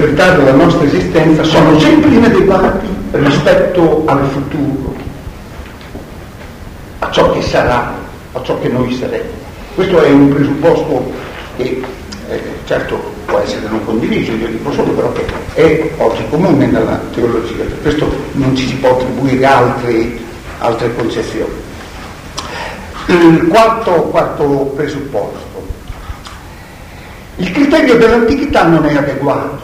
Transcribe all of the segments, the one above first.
interpretare la nostra esistenza sono sempre inadeguati rispetto al futuro, a ciò che sarà, a ciò che noi saremo. Questo è un presupposto che certo può essere non condiviso, io dico solo però che è oggi comune nella teologia, per questo non ci si può attribuire altre concezioni. Il quarto presupposto: il criterio dell'antichità non è adeguato.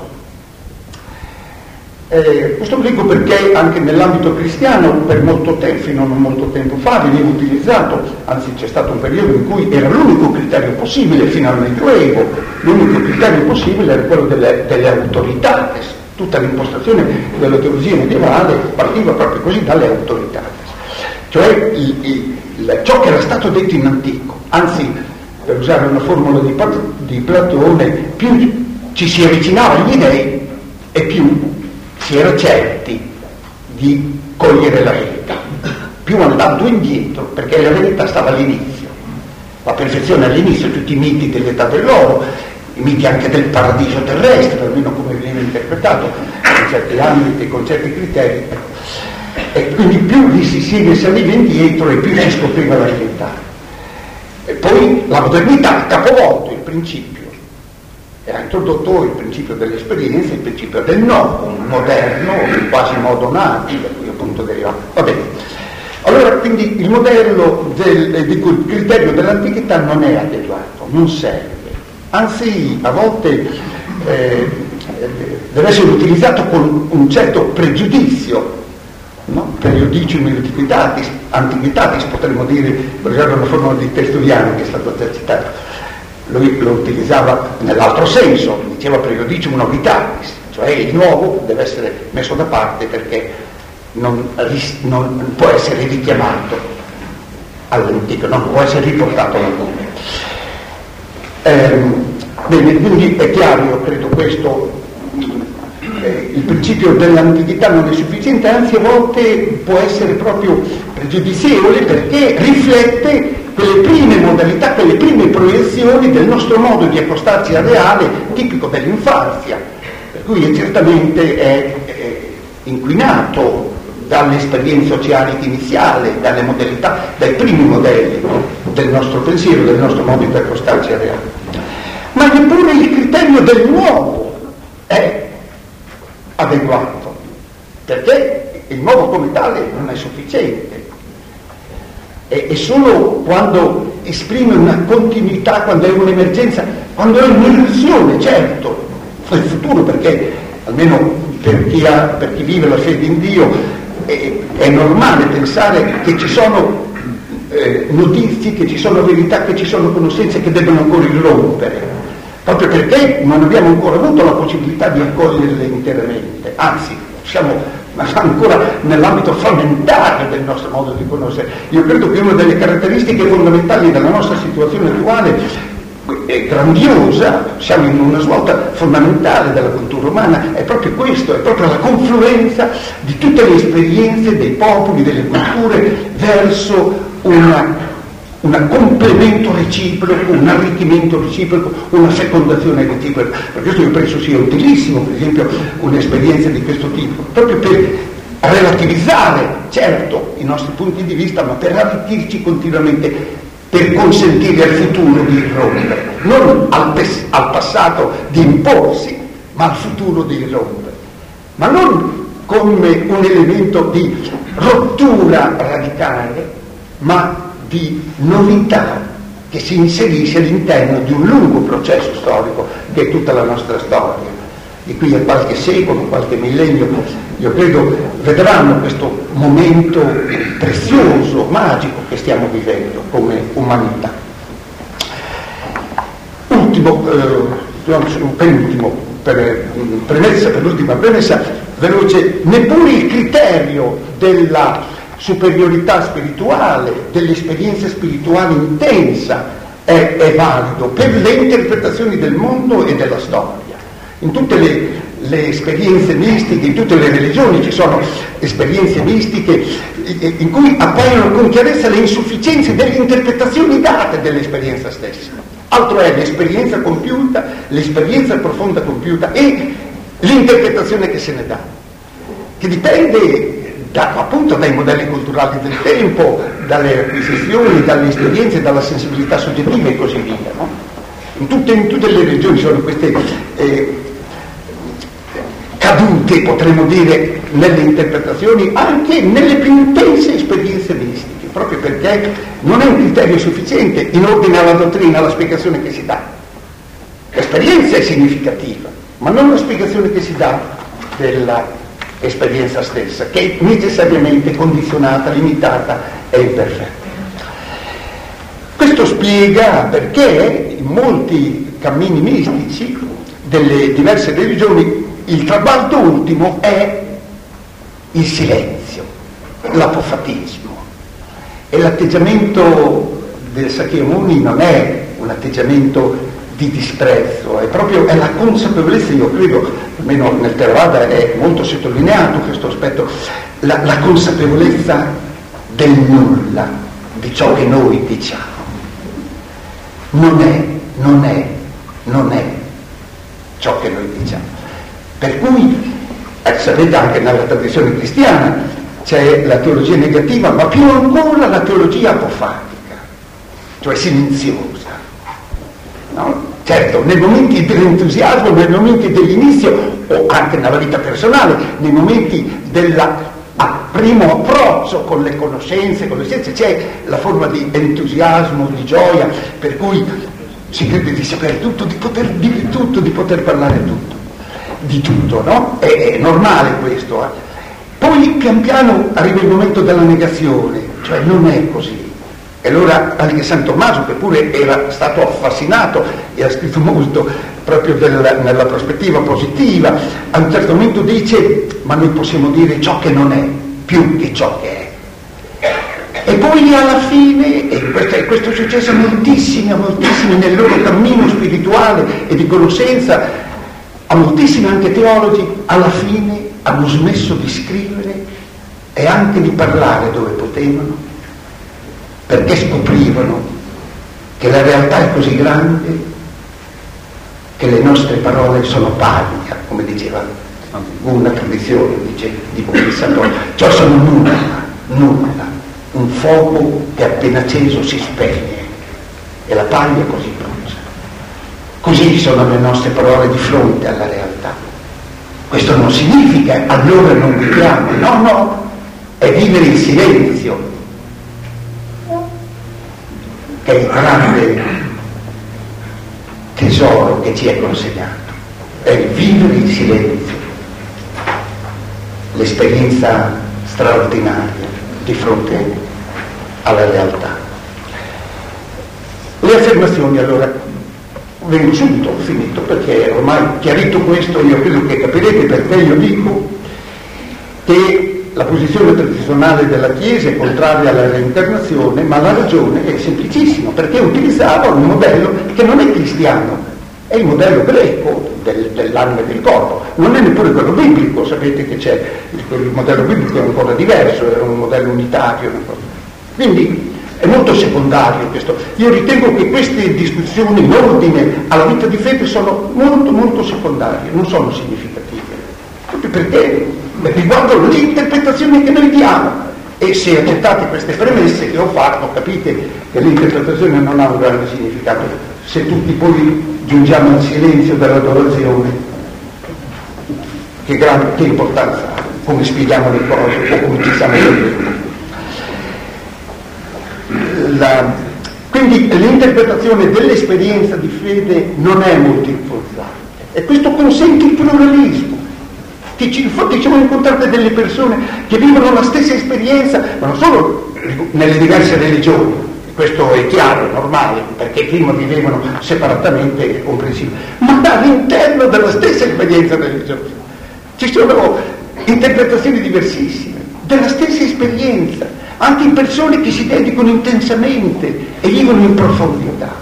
Questo lo dico perché anche nell'ambito cristiano per molto tempo, fino a non molto tempo fa, veniva utilizzato, anzi c'è stato un periodo in cui era l'unico criterio possibile, fino al Medioevo, l'unico criterio possibile era quello delle autorità. Tutta l'impostazione della teologia medievale partiva proprio così, dalle autorità, cioè ciò che era stato detto in antico. Anzi, per usare una formula di Platone, più ci si avvicinava agli dei e più si era certi di cogliere la verità, più andando indietro, perché la verità stava all'inizio, la perfezione all'inizio, tutti i miti dell'età dell'oro, i miti anche del paradiso terrestre, almeno come viene interpretato in certi ambiti, con certi criteri, e quindi più si saliva indietro e più si scopriva la verità. E poi la modernità ha capovolto il principio e ha introdotto il principio dell'esperienza, il principio del no, un moderno, quasi modo nati, da cui appunto deriva. Va bene. Allora, quindi il modello il criterio dell'antichità non è adeguato, non serve, anzi a volte deve essere utilizzato con un certo pregiudizio, no? Periodicum antiquitatis, potremmo dire, per usare una forma di Tertulliano che è stato già citato. Lui lo utilizzava nell'altro senso, diceva periodicum novitatis, cioè il nuovo deve essere messo da parte perché non può essere richiamato all'antico, non può essere riportato all'antico. Bene, quindi è chiaro, io credo questo, il principio dell'antichità non è sufficiente, anzi a volte può essere proprio pregiudizievole perché riflette quelle prime modalità, quelle prime proiezioni del nostro modo di accostarci al reale tipico dell'infanzia, per cui certamente è inquinato dalle esperienze oceaniche iniziali, dalle modalità, dai primi modelli del nostro pensiero, del nostro modo di accostarci al reale. Ma neppure il criterio del nuovo è adeguato, perché il nuovo come tale non è sufficiente. E solo quando esprime una continuità, quando è un'emergenza, quando è un'illusione, certo, del futuro, perché almeno per chi vive la fede in Dio è normale pensare che ci sono notizie, che ci sono verità, che ci sono conoscenze che debbono ancora irrompere, proprio perché non abbiamo ancora avuto la possibilità di accoglierle interamente, anzi siamo ancora nell'ambito frammentario del nostro modo di conoscere. Io credo che una delle caratteristiche fondamentali della nostra situazione attuale è grandiosa, siamo in una svolta fondamentale della cultura umana, è proprio questo, è proprio la confluenza di tutte le esperienze dei popoli, delle culture verso un complemento reciproco, un arricchimento reciproco, una fecondazione reciproca. Per questo io penso sia utilissimo, per esempio, un'esperienza di questo tipo, proprio per relativizzare, certo, i nostri punti di vista, ma per arricchirci continuamente, per consentire al futuro di irrompere, non al passato di imporsi, ma al futuro di irrompere, ma non come un elemento di rottura radicale, ma di novità che si inserisce all'interno di un lungo processo storico che è tutta la nostra storia. Di qui a qualche secolo, qualche millennio, io credo vedranno questo momento prezioso, magico che stiamo vivendo come umanità. Penultima premessa veloce, neppure il criterio della superiorità spirituale, dell'esperienza spirituale intensa è valido per le interpretazioni del mondo e della storia. In tutte le esperienze mistiche, in tutte le religioni ci sono esperienze mistiche in cui appaiono con chiarezza le insufficienze delle interpretazioni date dell'esperienza stessa. Altro è l'esperienza compiuta, l'esperienza profonda compiuta e l'interpretazione che se ne dà, che dipende appunto dai modelli culturali del tempo, dalle acquisizioni, dalle esperienze, dalla sensibilità soggettiva e così via, no? In tutte le regioni sono queste cadute, potremmo dire, nelle interpretazioni, anche nelle più intense esperienze mistiche, proprio perché non è un criterio sufficiente in ordine alla dottrina, alla spiegazione che si dà. L'esperienza è significativa, ma non la spiegazione che si dà dell'esperienza stessa, che è necessariamente condizionata, limitata e imperfetta. Questo spiega perché in molti cammini mistici delle diverse religioni il traguardo ultimo è il silenzio, l'apofatismo, e l'atteggiamento del Sakyamuni non è un atteggiamento di disprezzo, è la consapevolezza, io credo, almeno nel Theravada è molto sottolineato questo aspetto, la consapevolezza del nulla, di ciò che noi diciamo. Non è ciò che noi diciamo. Per cui, sapete, anche nella tradizione cristiana c'è la teologia negativa, ma più ancora la teologia apofatica, cioè silenziosa, no? Certo, nei momenti dell'entusiasmo, nei momenti dell'inizio, o anche nella vita personale, nei momenti del primo approccio con le conoscenze, c'è la forma di entusiasmo, di gioia, per cui si crede di sapere tutto, di poter dire tutto, di poter parlare tutto, di tutto, no? È normale questo. Poi pian piano arriva il momento della negazione, cioè non è così. E allora anche San Tommaso, che pure era stato affascinato e ha scritto molto proprio nella prospettiva positiva, a un certo momento dice: ma noi possiamo dire ciò che non è più che ciò che è. E poi alla fine, e questo è successo a moltissimi nel loro cammino spirituale e di conoscenza, a moltissimi anche teologi, alla fine hanno smesso di scrivere e anche di parlare dove potevano, perché scoprivano che la realtà è così grande che le nostre parole sono paglia, come diceva una tradizione, dice di Bodhisattva, cioè sono nulla, un fuoco che appena acceso si spegne e la paglia così brucia. Così sono le nostre parole di fronte alla realtà. Questo non significa allora non viviamo, no, è vivere in silenzio, che è il grande tesoro che ci è consegnato, è il vivere in silenzio, l'esperienza straordinaria di fronte alla realtà. Le affermazioni, allora, vengo subito, ho finito, perché ormai chiarito questo io credo che capirete perché io dico che la posizione tradizionale della Chiesa è contraria alla reincarnazione, ma la ragione è semplicissima, perché utilizzava un modello che non è cristiano, è il modello greco dell'anima e del corpo, non è neppure quello biblico, sapete che c'è, il modello biblico è ancora diverso, era un modello unitario, quindi è molto secondario questo. Io ritengo che queste discussioni in ordine alla vita di fede sono molto secondarie, non sono significative, proprio perché riguardano le interpretazioni che noi diamo, e se accettate queste premesse che ho fatto capite che l'interpretazione non ha un grande significato. Se tutti poi giungiamo al silenzio dell'adorazione, che importanza ha, come spieghiamo le cose o come ci siamo sempre. Quindi l'interpretazione dell'esperienza di fede non è molto influenzante, e questo consente il pluralismo. Infatti ci siamo incontrate delle persone che vivono la stessa esperienza, ma non solo nelle diverse religioni, questo è chiaro, è normale, perché prima vivevano separatamente, è comprensibile, ma all'interno della stessa esperienza religiosa ci sono interpretazioni diversissime della stessa esperienza, anche in persone che si dedicano intensamente e vivono in profondità.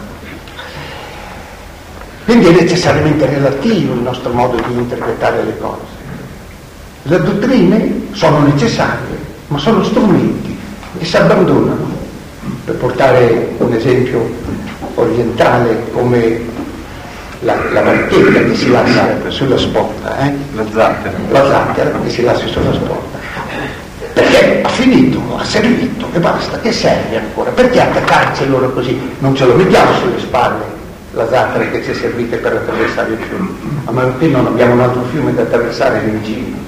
Quindi è necessariamente relativo il nostro modo di interpretare le cose. Le dottrine sono necessarie, ma sono strumenti che si abbandonano. Per portare un esempio orientale, come la marchetta che si lascia sulla sporta, la zattera che si lascia sulla sporta, perché ha finito, ha servito e basta, che serve ancora? Perché attaccarci allora così? Non ce lo mettiamo sulle spalle la zattera che ci è servita per attraversare il fiume, a meno che non abbiamo un altro fiume da attraversare in vicino.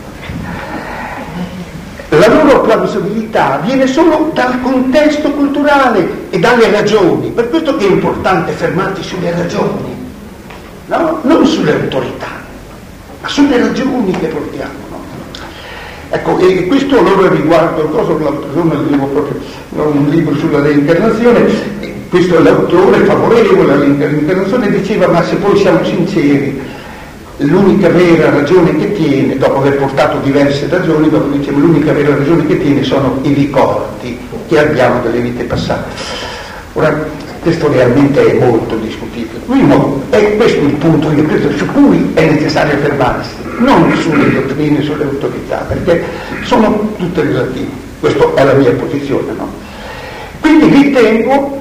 La loro plausibilità viene solo dal contesto culturale e dalle ragioni, per questo che è importante fermarci sulle ragioni, no? Non sulle autorità, ma sulle ragioni che portiamo, no? Ecco, e questo allora riguarda l'altro giorno leggevo proprio un libro sulla reincarnazione, questo è l'autore favorevole all'incarnazione, diceva: ma se poi siamo sinceri, l'unica vera ragione che tiene, dopo aver portato diverse ragioni, dopo diciamo l'unica vera ragione che tiene sono i ricordi che abbiamo delle vite passate. Ora, questo realmente è molto discutibile. È questo il punto, io credo, su cui è necessario fermarsi, non sulle dottrine, sulle autorità, perché sono tutte relative. Questa è la mia posizione, no? Quindi ritengo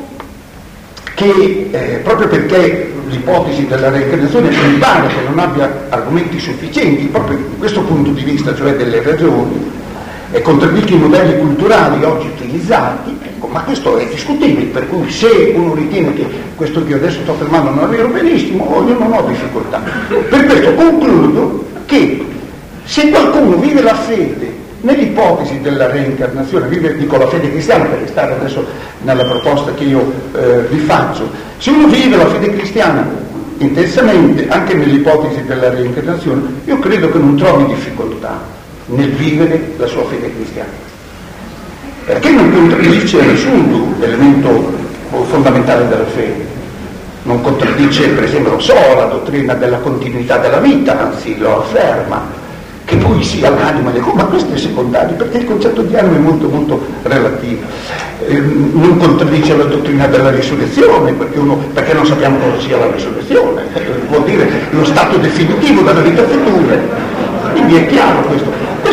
che proprio perché l'ipotesi della reincarnazione mi pare che non abbia argomenti sufficienti proprio in questo punto di vista, cioè delle ragioni, e contraddice i modelli culturali oggi utilizzati, ecco, ma questo è discutibile, per cui se uno ritiene che questo che io adesso sto affermando non è vero, benissimo, io non ho difficoltà. Per questo concludo che se qualcuno vive la fede nell'ipotesi della reincarnazione, dico la fede cristiana per restare adesso nella proposta che io vi faccio, se uno vive la fede cristiana intensamente anche nell'ipotesi della reincarnazione, io credo che non trovi difficoltà nel vivere la sua fede cristiana, perché non contraddice nessun elemento fondamentale della fede, non contraddice per esempio la dottrina della continuità della vita, anzi lo afferma, che poi sia l'anima, ma questo è secondario, perché il concetto di anima è molto molto relativo. Non contraddice la dottrina della risurrezione, perché non sappiamo cosa sia la risurrezione, vuol dire lo stato definitivo della vita futura, quindi è chiaro questo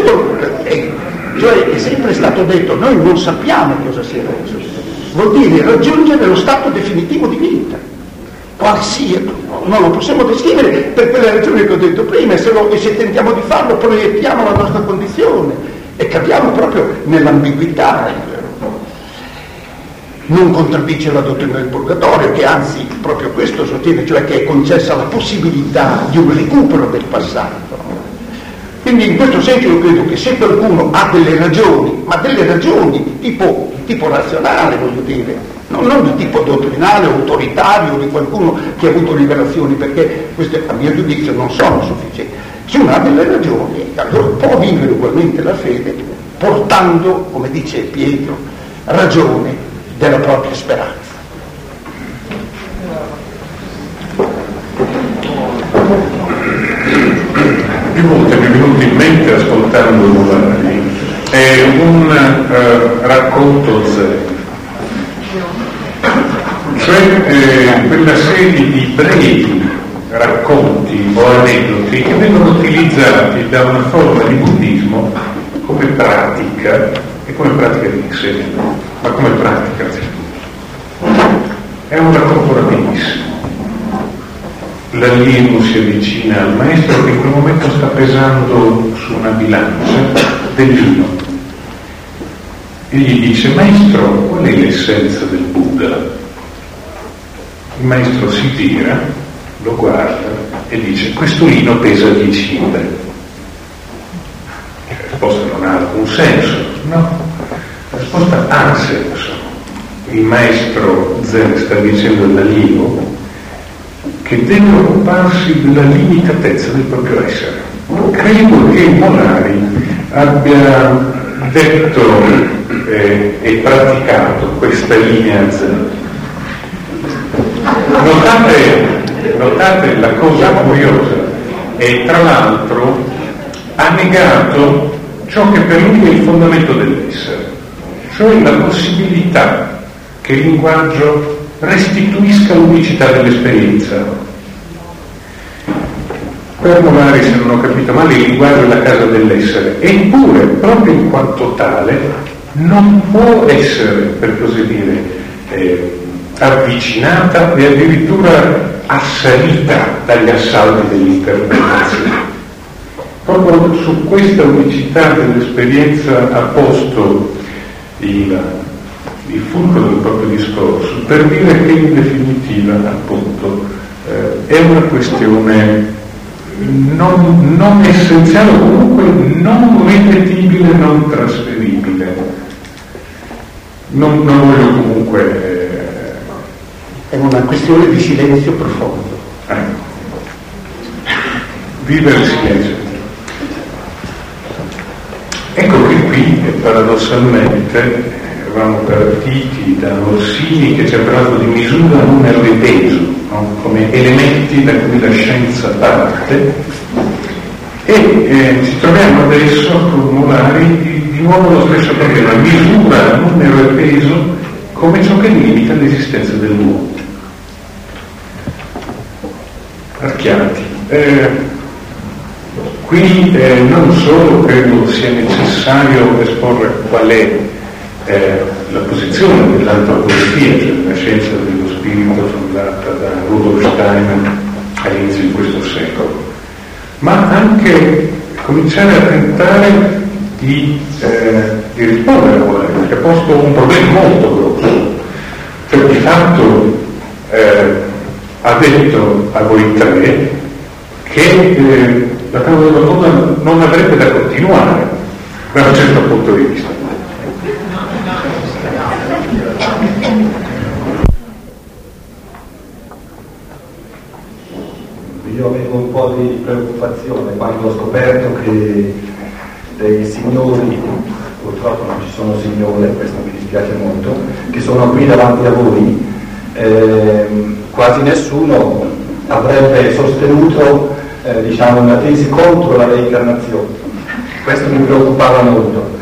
cioè è sempre stato detto, noi non sappiamo cosa sia la risurrezione, vuol dire raggiungere lo stato definitivo di vita, quale sia, non lo possiamo descrivere per quelle ragioni che ho detto prima, e se tentiamo di farlo proiettiamo la nostra condizione e cadiamo proprio nell'ambiguità. Non contraddice la dottrina del purgatorio, che anzi proprio questo sostiene, cioè che è concessa la possibilità di un recupero del passato. Quindi in questo senso io credo che se qualcuno ha delle ragioni, ma delle ragioni di tipo razionale, voglio dire, non di tipo dottrinale, autoritario, di qualcuno che ha avuto rivelazioni, perché queste a mio giudizio non sono sufficienti. Se uno ha delle ragioni, allora può vivere ugualmente la fede, portando, come dice Pietro, ragione della propria speranza. Più volte mi è venuto in mente, ascoltando Molari, è un racconto zen, cioè quella serie di brevi racconti o aneddoti che vengono utilizzati da una forma di buddismo come pratica e come pratica di insegnamento, ma come pratica è un racconto rapidissimo. L'allievo si avvicina al maestro che in quel momento sta pesando su una bilancia del vino e gli dice: maestro, qual è l'essenza del Buddha? Il maestro si gira, lo guarda e dice: questo vino pesa 10 libbre. La risposta non ha alcun senso, no? La risposta ha senso. Il maestro Zen sta dicendo all'allievo che deve occuparsi della limitatezza del proprio essere. Credo che Molari abbia detto e praticato questa linea Zen. Notate la cosa curiosa, e tra l'altro ha negato ciò che per lui è il fondamento dell'essere, cioè la possibilità che il linguaggio restituisca l'unicità dell'esperienza. Per Molari, se non ho capito male, il linguaggio è la casa dell'essere, eppure proprio in quanto tale non può essere, per così dire, avvicinata e addirittura assalita dagli assalti dell'interpretazione. Proprio su questa unicità dell'esperienza ha posto il fulcro del proprio discorso, per dire che in definitiva, appunto, è una questione non essenziale, comunque non ripetibile, non trasferibile. Non voglio comunque... È una questione di silenzio profondo. Vivere il silenzio. Ecco che qui, paradossalmente, eravamo partiti da Orsini che ci ha parlato di misura, numero e peso, no? Come elementi da cui la scienza parte, e ci troviamo adesso a formulare di nuovo lo stesso problema: misura, numero e peso come ciò che limita l'esistenza dell'uomo. Archiati. Qui non solo credo sia necessario esporre qual è la posizione dell'antropologia, cioè della scienza dello spirito fondata da Rudolf Steiner all'inizio di questo secolo, ma anche cominciare a tentare di rispondere a quello, perché ha posto un problema molto grosso. Cioè, di fatto ha detto a voi tre che la causa della cosa non avrebbe da continuare da un certo punto di vista. Io avevo un po' di preoccupazione quando ho scoperto che dei signori, purtroppo non ci sono signore, questo mi dispiace molto, che sono qui davanti a voi, quasi nessuno avrebbe sostenuto una tesi contro la reincarnazione. Questo mi preoccupava molto.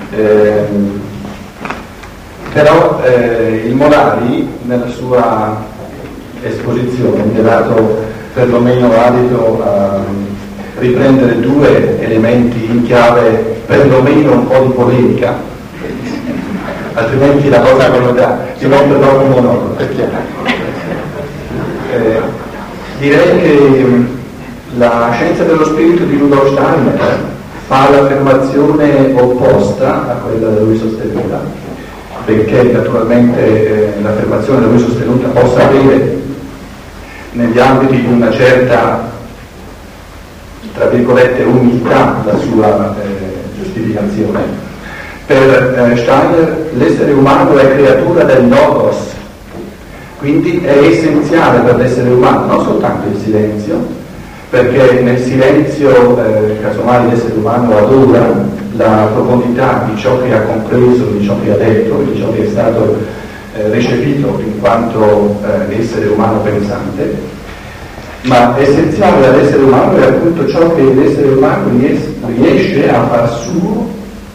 Però il Molari nella sua esposizione mi ha dato perlomeno adito a riprendere due elementi in chiave perlomeno un po' di polemica, altrimenti la cosa si rompe dopo un monologo. Direi che la scienza dello spirito di Rudolf Steiner fa l'affermazione opposta a quella da lui sostenuta, perché naturalmente l'affermazione da lui sostenuta possa avere negli ambiti di una certa, tra virgolette, umiltà la sua giustificazione. Per Steiner l'essere umano è creatura del logos, quindi è essenziale per l'essere umano non soltanto il silenzio, perché nel silenzio casomai l'essere umano adora la profondità di ciò che ha compreso, di ciò che ha detto, di ciò che è stato recepito in quanto essere umano pensante, ma essenziale all'essere umano è appunto ciò che l'essere umano riesce a far suo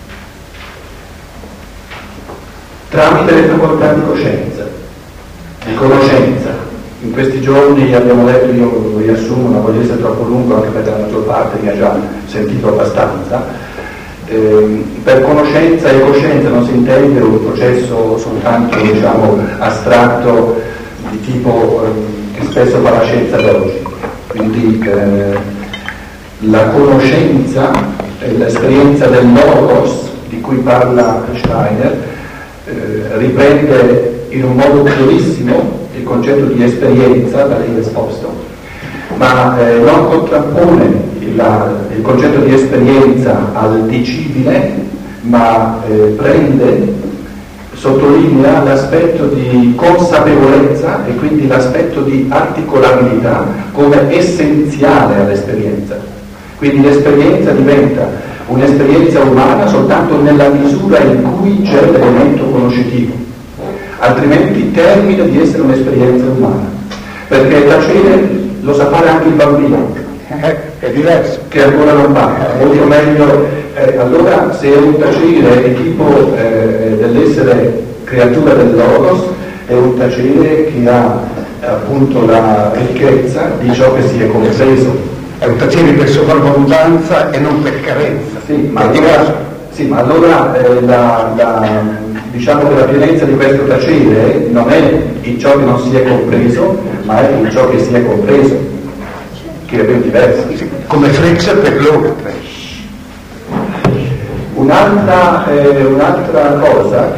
tramite le facoltà di coscienza, di conoscenza. In questi giorni abbiamo letto, io lo riassumo, non voglio essere troppo lungo anche perché la maggior parte mi ha già sentito abbastanza. Per conoscenza e coscienza non si intende un processo soltanto astratto di tipo che spesso fa la scienza d'oggi. Quindi la conoscenza e l'esperienza del logos di cui parla Steiner riprende in un modo chiarissimo il concetto di esperienza da lei esposto, ma non contrappone il concetto di esperienza al dicibile, ma sottolinea l'aspetto di consapevolezza e quindi l'aspetto di articolabilità come essenziale all'esperienza. Quindi l'esperienza diventa un'esperienza umana soltanto nella misura in cui c'è l'elemento conoscitivo, altrimenti termina di essere un'esperienza umana, perché tacere lo sa fare anche il bambino, è diverso, che ancora non parla, molto meglio. Allora se è un tacere di tipo dell'essere creatura del logos, è un tacere che ha appunto la ricchezza di ciò che si è compreso, è un tacere per sopravvalutanza e non per carenza. Sì, ma allora diciamo che la pienezza di questo tacere non è in ciò che non si è compreso, ma è in ciò che si è compreso, che è ben diverso. Come freccia per l'oltre. Un'altra cosa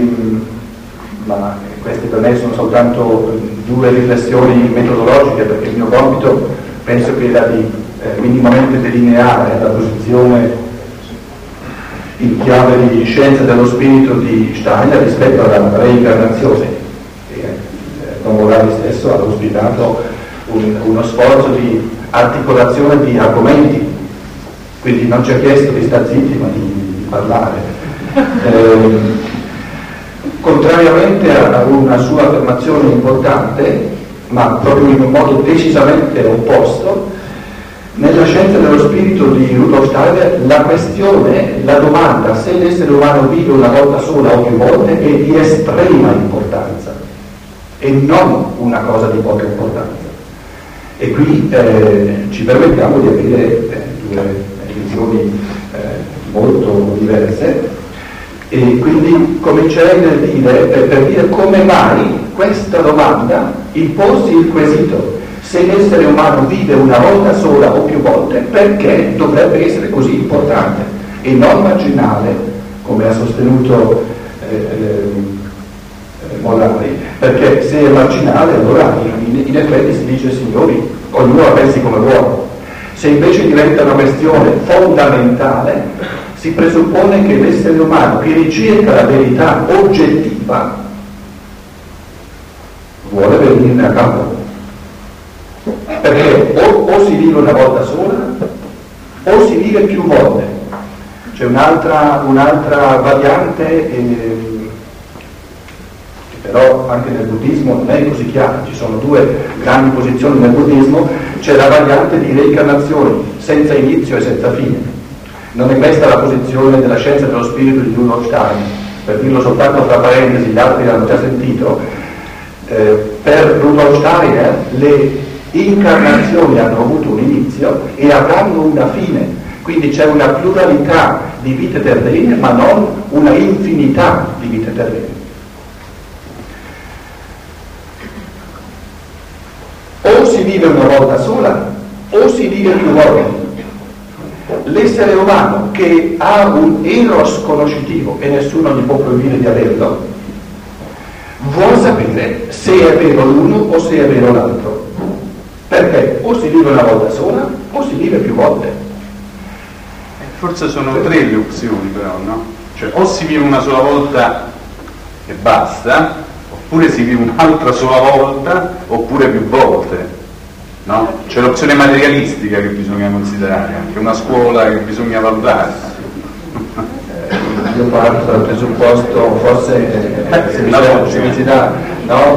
ma queste per me sono soltanto due riflessioni metodologiche, perché il mio compito penso che era di minimamente delineare la posizione in chiave di scienza dello spirito di Steiner rispetto alla reincarnazione. Don Morali stesso ha auspicato uno sforzo di articolazione di argomenti, quindi non ci ha chiesto di star zitti ma di parlare. Contrariamente a una sua affermazione importante, ma proprio in un modo decisamente opposto, nella scienza dello spirito di Rudolf Steiner la questione, la domanda se l'essere umano vive una volta sola o più volte è di estrema importanza e non una cosa di poca importanza. E qui ci permettiamo di avere due visioni molto diverse, e quindi comincerei per dire come mai questa domanda imposi il quesito: se l'essere umano vive una volta sola o più volte, perché dovrebbe essere così importante e non marginale, come ha sostenuto Morali? Perché se è marginale, allora in effetti si dice: signori, ognuno la pensi come vuole. Se invece diventa una questione fondamentale, si presuppone che l'essere umano che ricerca la verità oggettiva vuole venirne a capo. Perché o si vive una volta sola o si vive più volte. C'è un'altra variante, che però anche nel buddismo non è così chiara. Ci sono due grandi posizioni nel buddismo. C'è la variante di reincarnazioni senza inizio e senza fine. Non è questa la posizione della scienza dello spirito di Rudolf Steiner. Per dirlo soltanto fra parentesi, gli altri l'hanno già sentito. Per Rudolf Steiner le incarnazioni hanno avuto un inizio e avranno una fine, quindi c'è una pluralità di vite terrene ma non una infinità di vite terrene. O si vive una volta sola o si vive più volte. L'essere umano che ha un eros conoscitivo, e nessuno gli può proibire di averlo, vuol sapere se è vero l'uno o se è vero l'altro, perché o si vive una volta sola o si vive più volte. Forse sono tre le opzioni, però, no? Cioè, o si vive una sola volta e basta, oppure si vive un'altra sola volta, oppure più volte, no? C'è l'opzione materialistica che bisogna considerare, anche una scuola che bisogna valutare. Io parto dal presupposto, forse se mi si dà, no?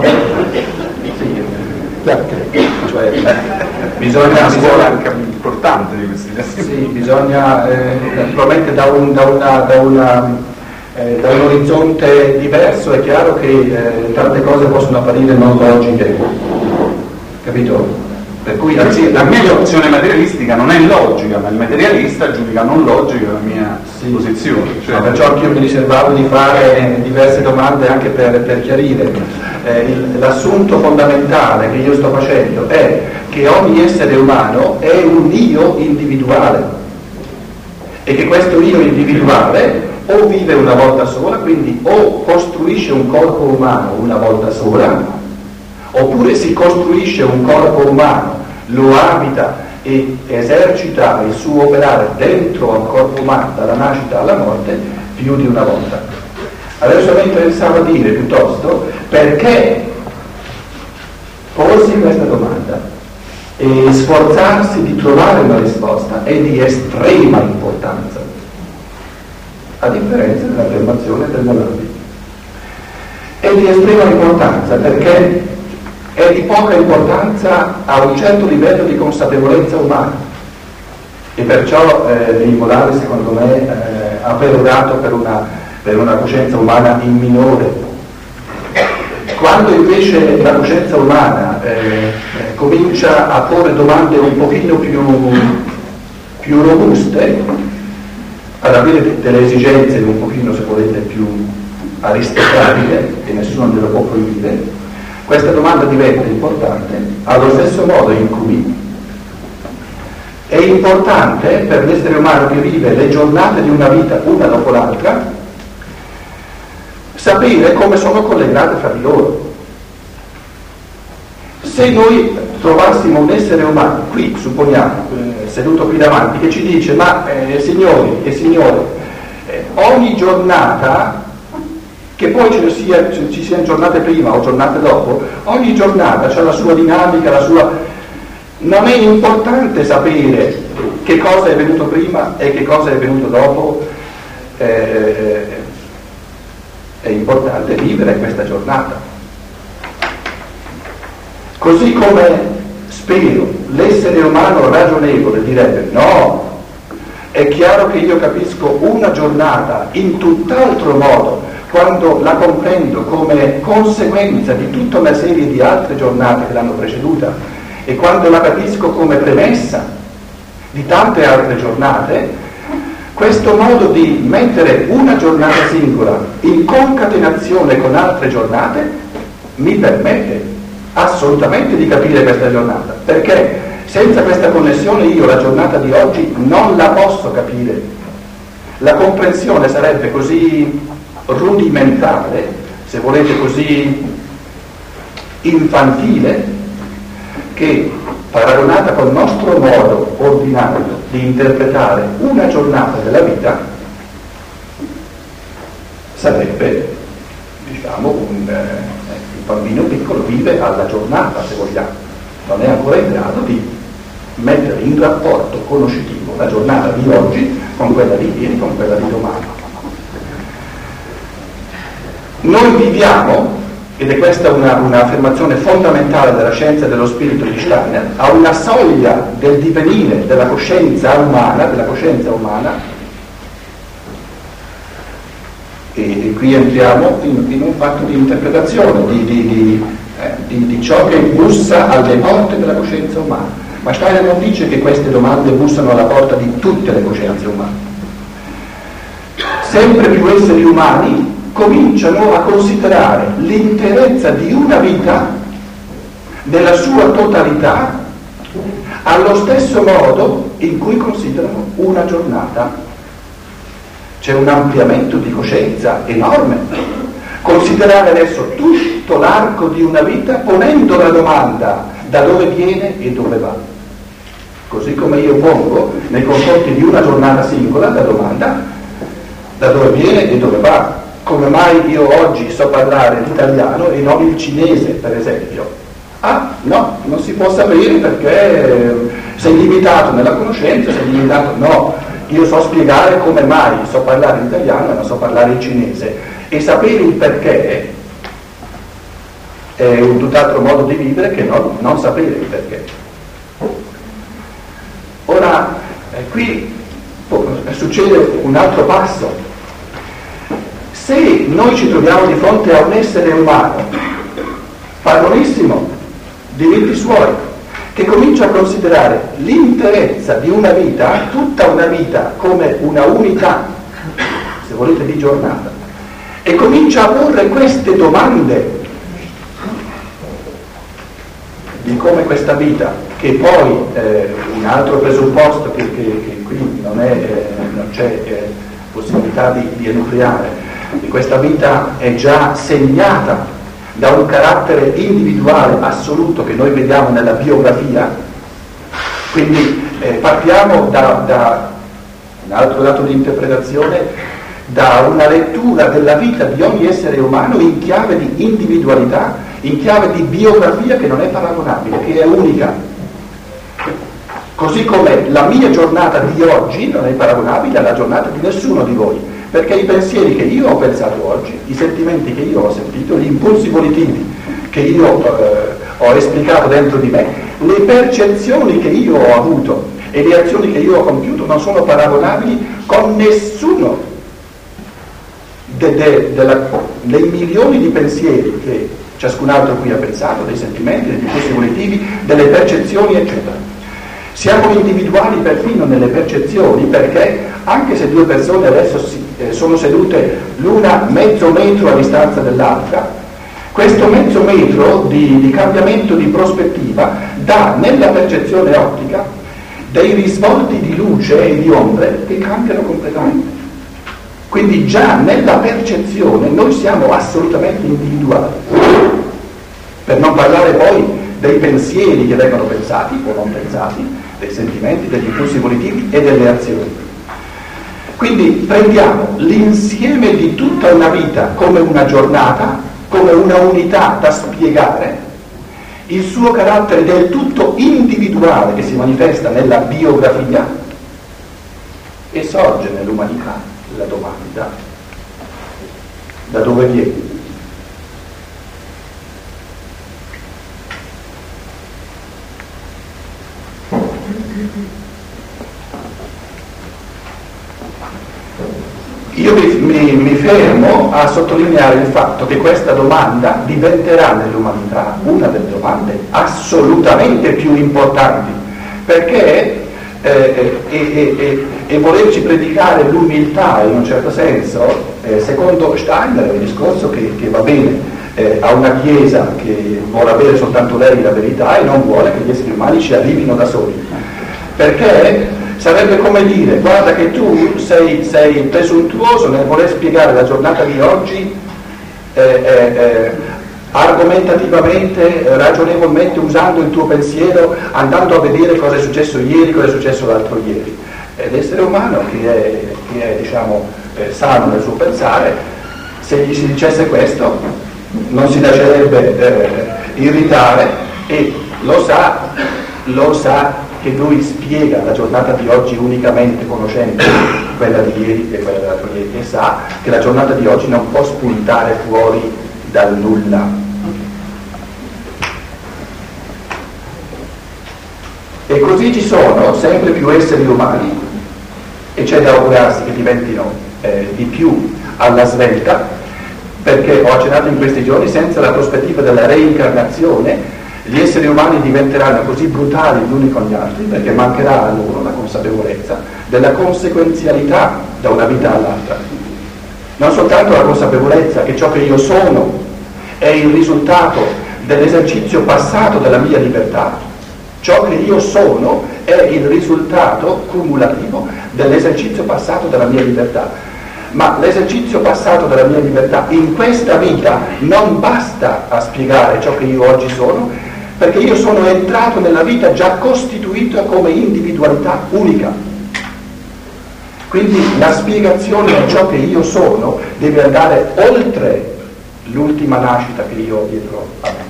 Cioè, bisogna una scuola anche importante di questi casi. Sì, bisogna naturalmente da un orizzonte diverso è chiaro che tante cose possono apparire non logiche, capito? Per cui la mia opzione materialistica non è logica, ma il materialista giudica non logica la mia posizione. Cioè, perciò anche io mi riservavo di fare diverse domande anche per chiarire. L'assunto fondamentale che io sto facendo è che ogni essere umano è un io individuale e che questo io individuale o vive una volta sola, quindi o costruisce un corpo umano una volta sola, oppure si costruisce un corpo umano, lo abita e esercita il suo operare dentro al corpo umano dalla nascita alla morte più di una volta. Adesso mi interessava dire piuttosto perché porsi questa domanda e sforzarsi di trovare una risposta è di estrema importanza, a differenza dell'affermazione del Morali. È di estrema importanza perché è di poca importanza a un certo livello di consapevolezza umana e perciò il Morali secondo me ha perorato per una coscienza umana in minore. Quando invece la coscienza umana comincia a porre domande un pochino più robuste, ad avere delle esigenze un pochino, se volete, più aristocratiche e nessuno glielo può proibire, questa domanda diventa importante allo stesso modo in cui è importante per l'essere umano che vive le giornate di una vita una dopo l'altra sapere come sono collegate fra di loro. Se noi trovassimo un essere umano qui, supponiamo, seduto qui davanti, che ci dice ma signori e signore, ogni giornata, che poi ci siano giornate prima o giornate dopo, ogni giornata c'ha la sua dinamica, la sua... Non è importante sapere che cosa è venuto prima e che cosa è venuto dopo, è importante vivere questa giornata. Così come spero l'essere umano ragionevole direbbe no, è chiaro che io capisco una giornata in tutt'altro modo quando la comprendo come conseguenza di tutta una serie di altre giornate che l'hanno preceduta e quando la capisco come premessa di tante altre giornate. Questo modo di mettere una giornata singola in concatenazione con altre giornate mi permette assolutamente di capire questa giornata, perché senza questa connessione io la giornata di oggi non la posso capire. La comprensione sarebbe così rudimentale, se volete così infantile, che paragonata col nostro modo ordinario di interpretare una giornata della vita sarebbe, diciamo, il bambino piccolo vive alla giornata, se vogliamo, non è ancora in grado di mettere in rapporto conoscitivo la giornata di oggi con quella di ieri, con quella di domani. Noi viviamo, ed è questa un'affermazione fondamentale della scienza dello spirito di Steiner, a una soglia del divenire della coscienza umana, e qui entriamo in un fatto di interpretazione di ciò che bussa alle porte della coscienza umana. Ma Steiner non dice che queste domande bussano alla porta di tutte le coscienze umane. Sempre più esseri umani cominciano a considerare l'interezza di una vita nella sua totalità allo stesso modo in cui considerano una giornata. C'è un ampliamento di coscienza enorme. Considerare adesso tutto l'arco di una vita ponendo la domanda da dove viene e dove va. Così come io pongo nei confronti di una giornata singola la domanda da dove viene e dove va. Come mai io oggi so parlare l'italiano e non il cinese, per esempio? Ah, no, non si può sapere perché sei limitato nella conoscenza, sei limitato... No, io so spiegare come mai so parlare l'italiano e non so parlare il cinese. E sapere il perché è un tutt'altro modo di vivere che non sapere il perché. Ora, qui succede un altro passo. Se noi ci troviamo di fronte a un essere umano, padronissimo, diritti suoi, che comincia a considerare l'interezza di una vita, tutta una vita, come una unità, se volete, di giornata, e comincia a porre queste domande di come questa vita, che poi un altro presupposto che qui non c'è possibilità di enucleare, di questa vita è già segnata da un carattere individuale assoluto che noi vediamo nella biografia. Quindi partiamo da un altro dato di interpretazione, da una lettura della vita di ogni essere umano in chiave di individualità, in chiave di biografia che non è paragonabile, che è unica. Così come la mia giornata di oggi non è paragonabile alla giornata di nessuno di voi. Perché i pensieri che io ho pensato oggi, i sentimenti che io ho sentito, gli impulsi volitivi che io ho esplicato dentro di me, le percezioni che io ho avuto e le azioni che io ho compiuto non sono paragonabili con nessuno dei milioni di pensieri che ciascun altro qui ha pensato, dei sentimenti, degli impulsi volitivi, delle percezioni, eccetera. Siamo individuali perfino nelle percezioni, perché anche se due persone adesso sono sedute l'una mezzo metro a distanza dell'altra, questo mezzo metro di cambiamento di prospettiva dà nella percezione ottica dei risvolti di luce e di ombre che cambiano completamente. Quindi già nella percezione noi siamo assolutamente individuali, per non parlare poi dei pensieri che vengono pensati o non pensati, dei sentimenti, degli impulsi volitivi e delle azioni. Quindi prendiamo l'insieme di tutta una vita come una giornata, come una unità da spiegare, il suo carattere del tutto individuale che si manifesta nella biografia, e sorge nell'umanità la domanda: da dove vieni? Io mi fermo a sottolineare il fatto che questa domanda diventerà nell'umanità una delle domande assolutamente più importanti, perché e volerci predicare l'umiltà in un certo senso, secondo Steiner è un discorso che va bene a una Chiesa che vuole avere soltanto lei la verità e non vuole che gli esseri umani ci arrivino da soli, perché sarebbe come dire: guarda che tu sei presuntuoso nel voler spiegare la giornata di oggi argomentativamente, ragionevolmente, usando il tuo pensiero, andando a vedere cosa è successo ieri, cosa è successo l'altro ieri. L'essere umano che è diciamo sano nel suo pensare, se gli si dicesse questo non si lascerebbe irritare, e lo sa che lui spiega la giornata di oggi unicamente conoscendo quella di ieri e quella dell'altro ieri, e sa che la giornata di oggi non può spuntare fuori dal nulla. E così ci sono sempre più esseri umani, e c'è da augurarsi che diventino di più alla svelta, perché ho accennato in questi giorni, senza la prospettiva della reincarnazione gli esseri umani diventeranno così brutali gli uni con gli altri, perché mancherà a loro la consapevolezza della conseguenzialità da una vita all'altra. Non soltanto la consapevolezza che ciò che io sono è il risultato dell'esercizio passato della mia libertà, ciò che io sono è il risultato cumulativo dell'esercizio passato della mia libertà. Ma l'esercizio passato della mia libertà in questa vita non basta a spiegare ciò che io oggi sono, perché io sono entrato nella vita già costituita come individualità unica. Quindi la spiegazione di ciò che io sono deve andare oltre l'ultima nascita che io ho dietro a me.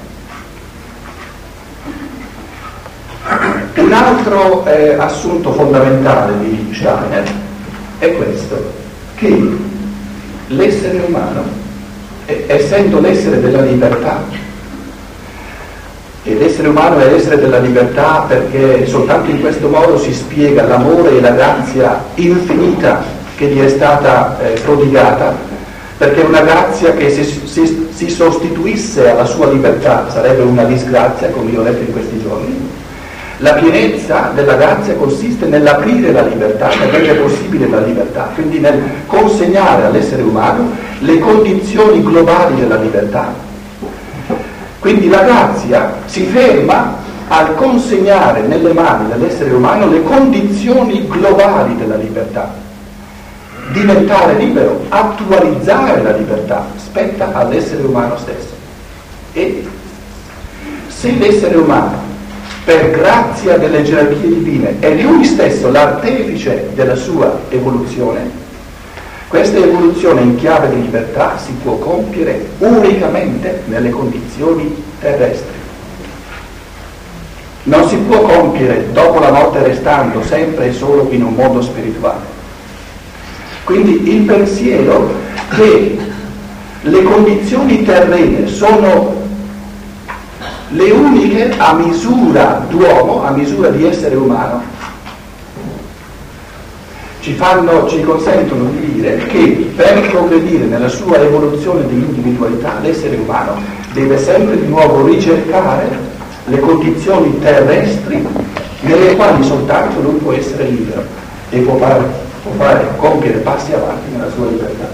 Un altro assunto fondamentale di Steiner è questo, che l'essere umano, essendo l'essere della libertà, e l'essere umano è l'essere della libertà perché soltanto in questo modo si spiega l'amore e la grazia infinita che gli è stata prodigata, perché una grazia che si sostituisse alla sua libertà sarebbe una disgrazia, come io ho letto in questi giorni. La pienezza della grazia consiste nell'aprire la libertà, nel rendere possibile la libertà, quindi nel consegnare all'essere umano le condizioni globali della libertà. Quindi la grazia si ferma al consegnare nelle mani dell'essere umano le condizioni globali della libertà. Diventare libero, attualizzare la libertà, spetta all'essere umano stesso. E se l'essere umano, per grazia delle gerarchie divine, è lui stesso l'artefice della sua evoluzione, questa evoluzione in chiave di libertà si può compiere unicamente nelle condizioni terrestri. Non si può compiere dopo la morte, restando sempre e solo in un mondo spirituale. Quindi il pensiero che le condizioni terrene sono le uniche a misura d'uomo, a misura di essere umano, ci consentono di dire che per progredire nella sua evoluzione di individualità l'essere umano deve sempre di nuovo ricercare le condizioni terrestri nelle quali soltanto lui può essere libero e può compiere passi avanti nella sua libertà.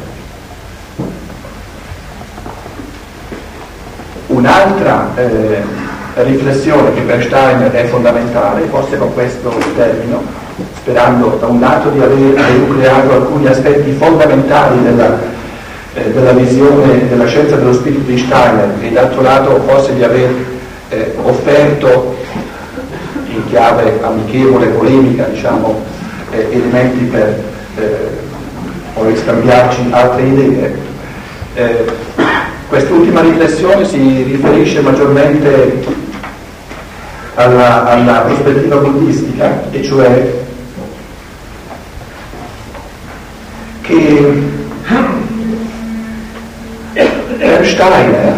Un'altra riflessione che per Steiner è fondamentale, forse con questo termino, sperando da un lato di aver enucleato alcuni aspetti fondamentali della visione della scienza dello spirito di Steiner e d'altro lato forse di aver offerto in chiave amichevole, polemica, diciamo, elementi per poi scambiarci altre idee. Quest'ultima riflessione si riferisce maggiormente alla prospettiva buddistica, e cioè che per Steiner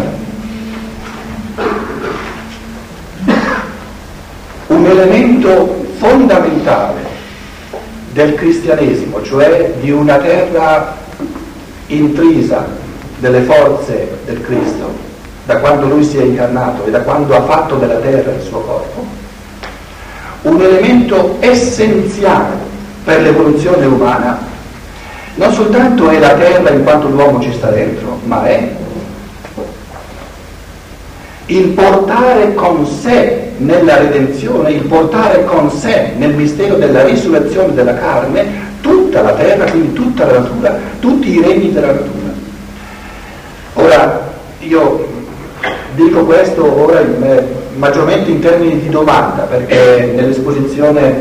un elemento fondamentale del cristianesimo, cioè di una terra intrisa delle forze del Cristo, da quando lui si è incarnato e da quando ha fatto della terra il suo corpo, un elemento essenziale per l'evoluzione umana non soltanto è la terra in quanto l'uomo ci sta dentro, ma è il portare con sé nella redenzione, il portare con sé nel mistero della risurrezione della carne tutta la terra, quindi tutta la natura, tutti i regni della natura. Ora, io dico questo ora maggiormente in termini di domanda, perché nell'esposizione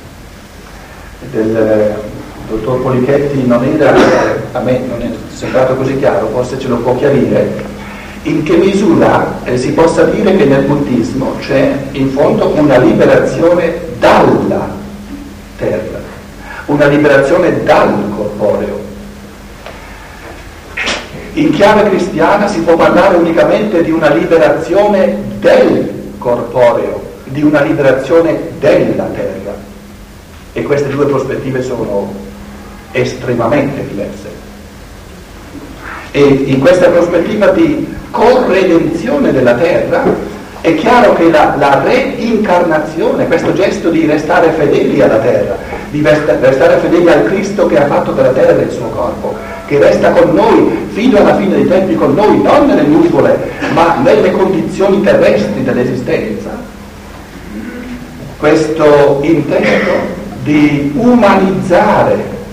del dottor Polichetti non era, a me non è sembrato così chiaro, forse ce lo può chiarire, in che misura si possa dire che nel buddismo c'è in fondo una liberazione dalla terra, una liberazione dal corporeo. In chiave cristiana si può parlare unicamente di una liberazione del corporeo, di una liberazione della terra, e queste due prospettive sono estremamente diverse. E in questa prospettiva di corredenzione della terra è chiaro che la reincarnazione, questo gesto di restare fedeli alla terra, di restare fedeli al Cristo che ha fatto della terra il suo corpo, che resta con noi fino alla fine dei tempi con noi, non nelle nuvole, ma nelle condizioni terrestri dell'esistenza, questo intento di umanizzare,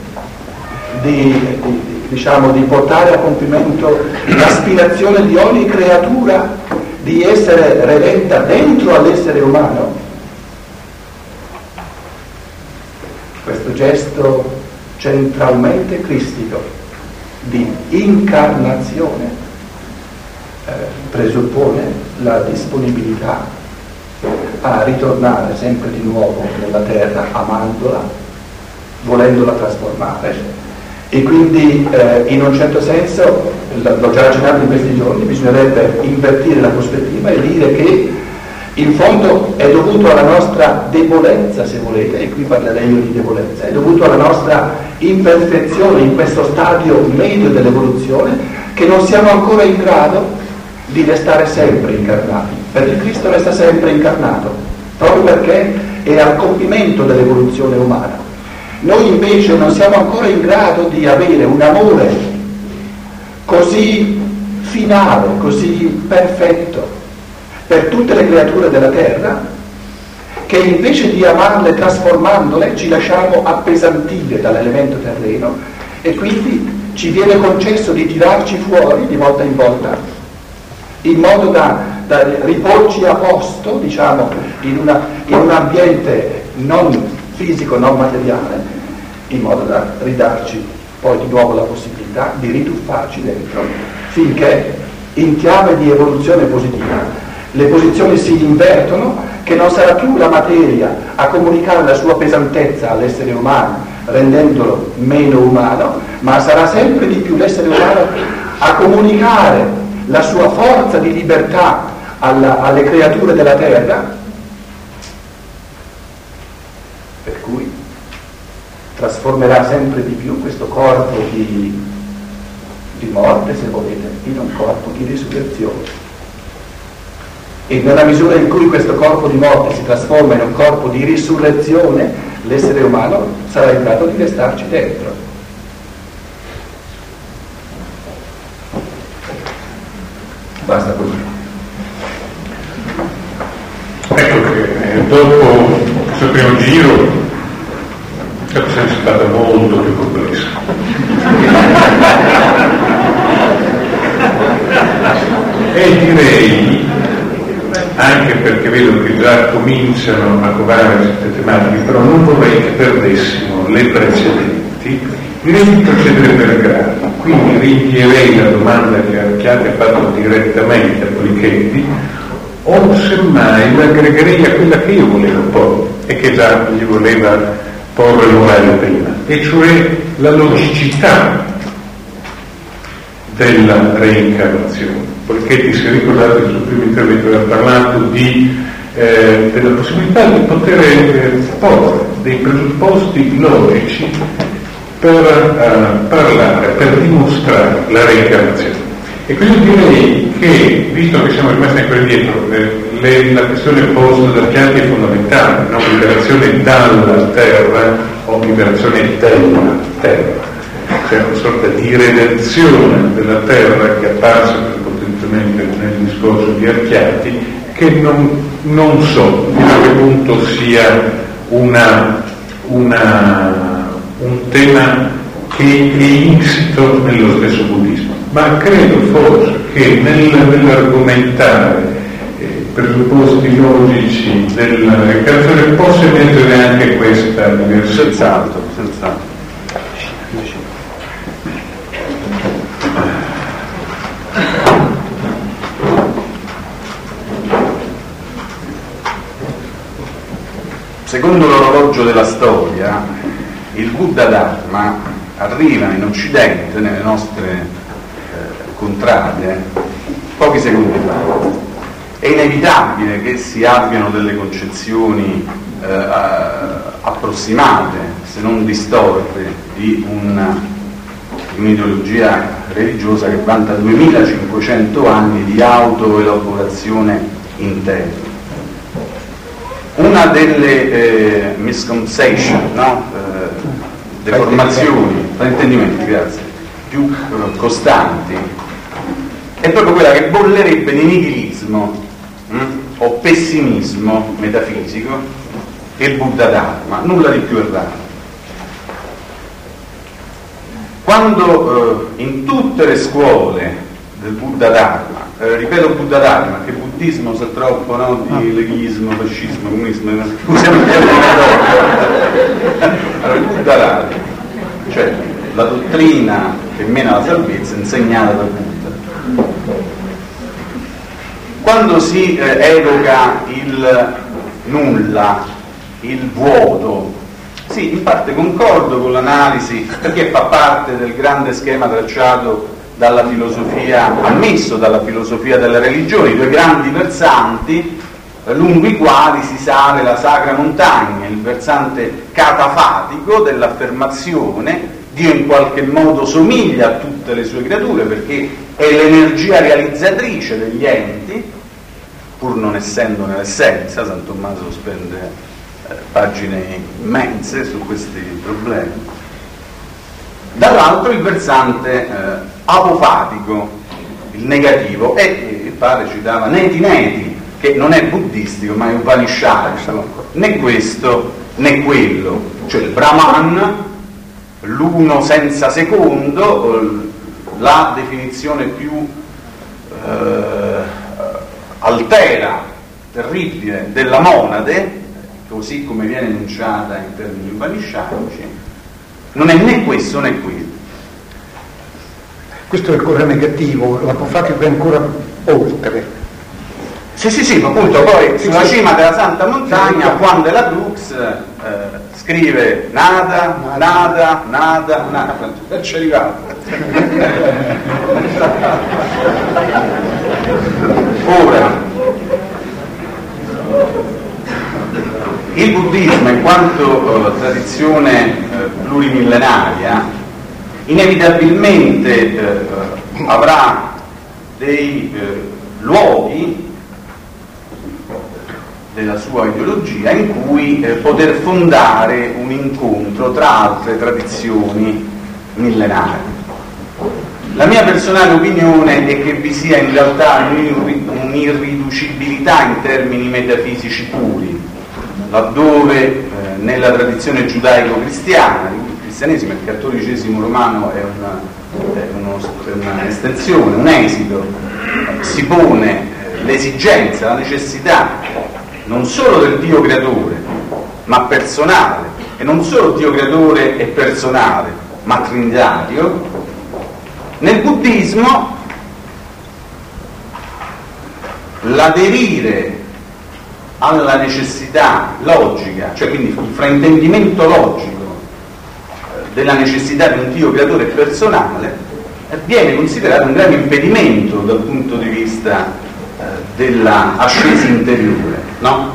di portare a compimento l'aspirazione di ogni creatura di essere redenta dentro all'essere umano, questo gesto centralmente cristico di incarnazione presuppone la disponibilità a ritornare sempre di nuovo nella terra, amandola, volendola trasformare. E quindi in un certo senso, l'ho già accennato in questi giorni, bisognerebbe invertire la prospettiva e dire che in fondo è dovuto alla nostra debolezza, se volete, e qui parlerei io di debolezza, è dovuto alla nostra imperfezione in questo stadio medio dell'evoluzione, che non siamo ancora in grado di restare sempre incarnati, perché Cristo resta sempre incarnato, proprio perché è al compimento dell'evoluzione umana. Noi invece non siamo ancora in grado di avere un amore così finale, così perfetto per tutte le creature della terra, che invece di amarle trasformandole ci lasciamo appesantire dall'elemento terreno, e quindi ci viene concesso di tirarci fuori di volta in volta in modo da riporci a posto, diciamo, in un ambiente non fisico, non materiale, in modo da ridarci poi di nuovo la possibilità di rituffarci dentro, finché in chiave di evoluzione positiva le posizioni si invertono, che non sarà più la materia a comunicare la sua pesantezza all'essere umano, rendendolo meno umano, ma sarà sempre di più l'essere umano a comunicare la sua forza di libertà alle creature della terra, per cui trasformerà sempre di più questo corpo di morte, se volete, in un corpo di risurrezione. E nella misura in cui questo corpo di morte si trasforma in un corpo di risurrezione, l'essere umano sarà in grado di restarci dentro. Basta così. Ecco che dopo questo primo giro la cosa è stata molto più complessa. E direi, anche perché vedo che già cominciano a covare queste tematiche, però non vorrei che perdessimo le precedenti, direi di procedere per gradi. Quindi rinvierei la domanda che avete fatto direttamente a Polichetti, o semmai l'aggregherei a quella che io volevo porre e che già gli voleva porre l'orario prima, e cioè la logicità della reincarnazione. Polichetti, si è ricordato che sul primo intervento aveva parlato della possibilità di poter porre dei presupposti logici per parlare, per dimostrare la reincarnazione. E quindi direi che, visto che siamo rimasti ancora indietro, la questione posta da Chianti è fondamentale, no? Liberazione dalla terra o liberazione della terra, cioè una sorta di redenzione della terra che è apparsa potenzialmente nel discorso di Archiati, che non so fino a che punto sia un tema che è insito nello stesso buddismo, ma credo forse che nell'argomentare presupposti logici della reincarnazione possa emergere anche questa diversità. Senz'altro. Secondo l'orologio della storia, il Buddha Dharma arriva in Occidente, nelle nostre contrade, pochi secondi fa. È inevitabile che si abbiano delle concezioni approssimate, se non distorte, di un'ideologia religiosa che vanta 2500 anni di autoelaborazione interna. Una delle misconception, deformazioni, fraintendimenti, grazie, più costanti, è proprio quella che bollerebbe di nichilismo o pessimismo metafisico il Buddha Dharma, nulla di più errato. Quando in tutte le scuole del Buddha Dharma, ripeto Buddha Dharma, che buddismo sa troppo, no? Di leghismo, fascismo, comunismo, usiamo il termine allora, il Buddha Dharma, cioè la dottrina che mena la salvezza insegnata dal Buddha. Quando si evoca il nulla, il vuoto, sì, in parte concordo con l'analisi, perché fa parte del grande schema tracciato dalla filosofia, ammesso dalla filosofia delle religioni, due grandi versanti lungo i quali si sale la sacra montagna, il versante catafatico dell'affermazione Dio in qualche modo somiglia a tutte le sue creature perché è l'energia realizzatrice degli enti, pur non essendo nell'essenza. San Tommaso spende pagine immense su questi problemi. Dall'altro il versante apofatico, il negativo, e il padre citava Neti, che non è buddistico ma è upanishadico, né questo né quello, cioè il Brahman, l'uno senza secondo, la definizione più altera, terribile della monade, così come viene enunciata in termini upanishadici, non è né questo né quello. Questo è ancora negativo, l'apofatico è ancora oltre. Sì, appunto, poi sulla cima della Santa Montagna, Juan de la Cruz scrive nada, ci è arrivato. Ora, il buddismo, in quanto tradizione plurimillenaria, inevitabilmente avrà dei luoghi della sua ideologia, in cui poter fondare un incontro tra altre tradizioni millenarie. La mia personale opinione è che vi sia in realtà un'irriducibilità in termini metafisici puri, laddove nella tradizione giudaico-cristiana, il cristianesimo, il cattolicesimo romano è un'estensione, un esito, si pone l'esigenza, la necessità non solo del Dio creatore, ma personale, e non solo Dio creatore e personale, ma trinitario. Nel buddismo l'aderire alla necessità logica, cioè quindi il fraintendimento logico della necessità di un Dio creatore personale, viene considerato un grave impedimento dal punto di vista della ascesa interiore, no?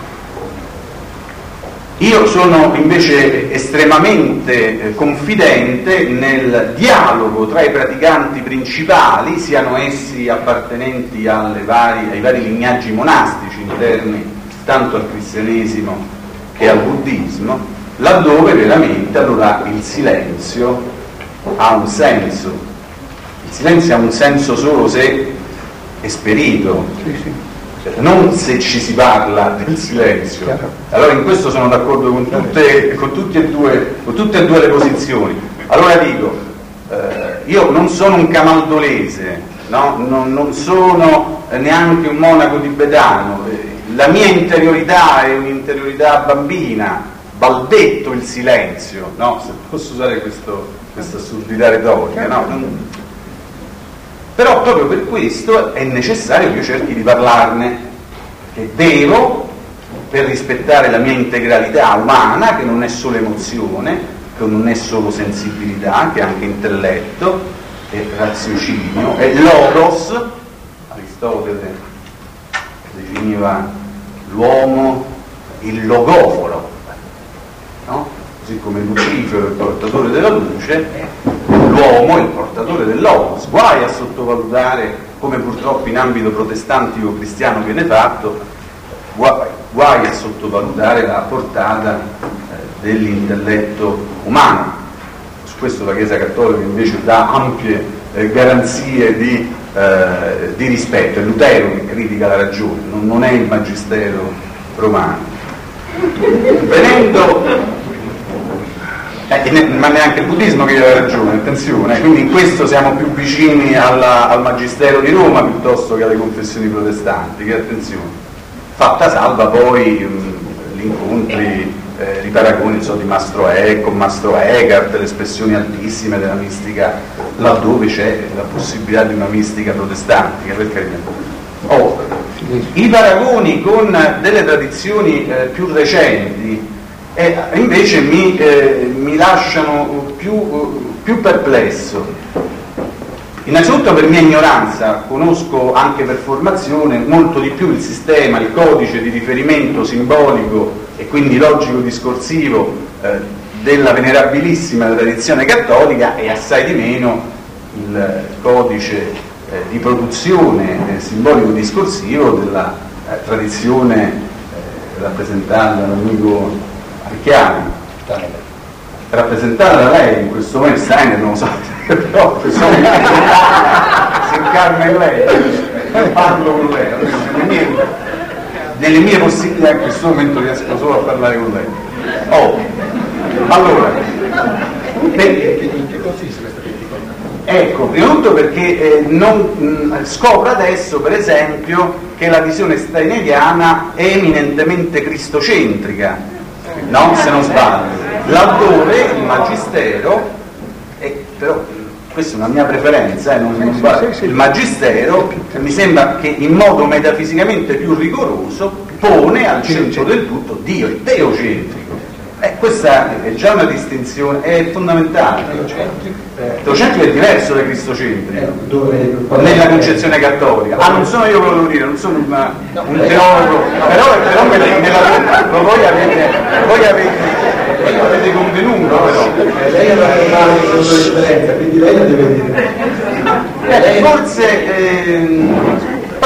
Io sono invece estremamente confidente nel dialogo tra i praticanti principali, siano essi appartenenti ai vari lignaggi monastici interni tanto al cristianesimo che al buddismo, laddove veramente allora il silenzio ha un senso. Il silenzio ha un senso solo se esperito, non se ci si parla del silenzio. Allora in questo sono d'accordo con tutte e due le posizioni. Allora dico, io non sono un camaldolese, no? Non sono neanche un monaco tibetano, la mia interiorità è un'interiorità bambina, baldetto il silenzio, no? Se posso usare questa assurdità retorica, no? Però proprio per questo è necessario che io cerchi di parlarne, che devo, per rispettare la mia integralità umana, che non è solo emozione, che non è solo sensibilità, che è anche intelletto, è raziocinio, è logos. Aristotele definiva l'uomo il logoforo, no? Così come Lucifero, il portatore della luce, l'uomo è il portatore del logos. Guai a sottovalutare, come purtroppo in ambito protestante o cristiano viene fatto, guai a sottovalutare la portata dell'intelletto umano. Su questo la Chiesa Cattolica invece dà ampie garanzie di rispetto. È Lutero che critica la ragione, non è il magistero romano. Venendo ma neanche il buddismo che gli ha ragione, attenzione, quindi in questo siamo più vicini al magistero di Roma piuttosto che alle confessioni protestanti, che attenzione, fatta salva poi gli incontri, i paragoni di Mastro con Mastro Eckhart, le espressioni altissime della mistica laddove c'è la possibilità di una mistica protestantica, per carità. I paragoni con delle tradizioni più recenti invece mi lasciano più perplesso. Innanzitutto per mia ignoranza, conosco anche per formazione molto di più il sistema, il codice di riferimento simbolico e quindi logico-discorsivo della venerabilissima tradizione cattolica e assai di meno il codice di produzione simbolico-discorsivo della tradizione rappresentata dall'amico Archiani, rappresentata da lei in questo momento. Steiner non lo so, però in questo momento si incarna in lei, parlo con lei, nelle mie possibilità in questo momento riesco solo a parlare con lei. Allora, che consiste questa critica? Ecco, prima di tutto perché scopro adesso, per esempio, che la visione steineriana è eminentemente cristocentrica, no? Se non sbaglio, laddove il magistero, però questa è una mia preferenza, il magistero mi sembra che in modo metafisicamente più rigoroso pone al centro del tutto Dio, il teocentrico. Questa è già una distinzione, è fondamentale. Teocentrico è diverso da cristocentrico nella concezione cattolica. Non sono io che lo devo dire, non sono un teologo, però voi avete convenuto, però. Lei ha parlato di sua esperienza, quindi lei la deve dire. Forse provo,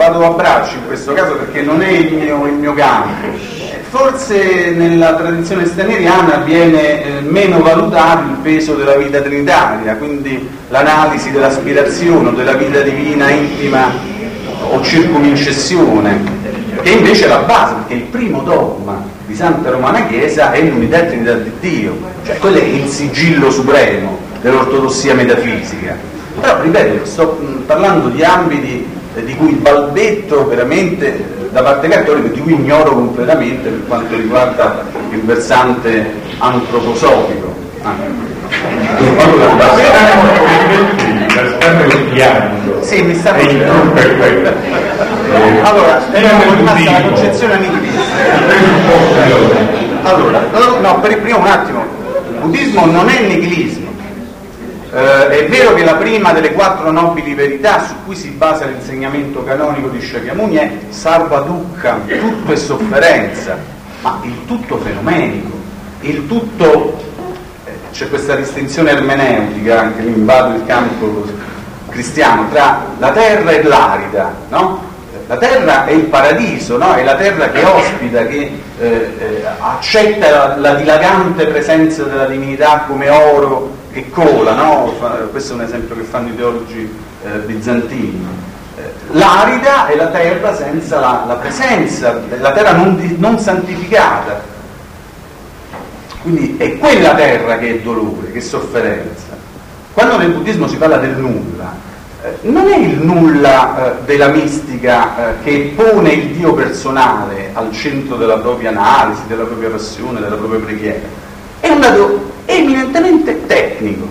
vado a braccio in questo caso perché non è il mio campo. Forse nella tradizione staneriana viene meno valutato il peso della vita trinitaria, quindi l'analisi dell'aspirazione o della vita divina intima o circumcessione, che invece è la base, perché il primo dogma di Santa Romana Chiesa è l'unità e trinità di Dio, cioè quello è il sigillo supremo dell'ortodossia metafisica. Però ripeto, sto parlando di ambiti di cui il balbetto veramente da parte cattolica, di cui ignoro completamente per quanto riguarda il versante antroposofico. Allora, stanno spiando. Sì, mi stanno spiando. Allora, è rimasta la concezione nichilista. Allora, no, per il primo un attimo, il buddismo non è nichilismo. È vero che la prima delle 4 nobili verità su cui si basa l'insegnamento canonico di Shakyamuni è sarva dukkha, tutto è sofferenza, ma il tutto fenomenico, il tutto, c'è questa distinzione ermeneutica, anche lì invado il campo cristiano, tra la terra e l'arida, no? La terra è il paradiso, no? È la terra che ospita, che accetta la dilagante presenza della divinità come oro e cola, no? Questo è un esempio che fanno i teologi bizantini. L'arida è la terra senza la presenza, la terra non santificata. Quindi è quella terra che è dolore, che è sofferenza. Quando nel buddismo si parla del nulla, non è il nulla della mistica che pone il Dio personale al centro della propria analisi, della propria passione, della propria preghiera. È un dato eminentemente tecnico.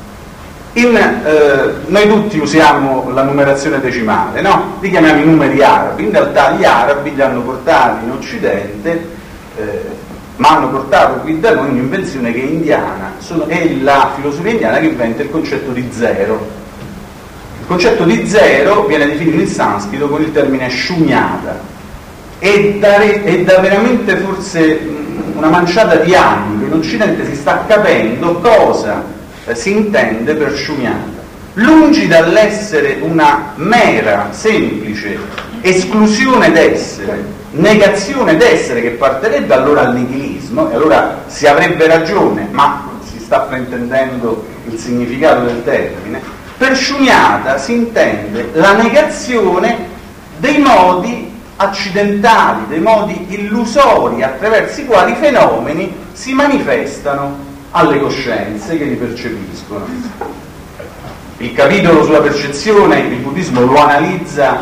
Noi tutti usiamo la numerazione decimale, no? Li chiamiamo i numeri arabi. In realtà gli arabi li hanno portati in Occidente, ma hanno portato qui da noi un'invenzione che è indiana. È la filosofia indiana che inventa il concetto di zero. Il concetto di zero viene definito in sanscrito con il termine shunyata. È da veramente forse una manciata di anni che in Occidente si sta capendo cosa si intende per shunyata. Lungi dall'essere una mera, semplice esclusione d'essere, negazione d'essere, che porterebbe allora al nichilismo, e allora si avrebbe ragione, ma si sta fraintendendo il significato del termine. Per shunyata si intende la negazione dei modi accidentali, dei modi illusori attraverso i quali i fenomeni si manifestano alle coscienze che li percepiscono. Il capitolo sulla percezione, il buddismo lo analizza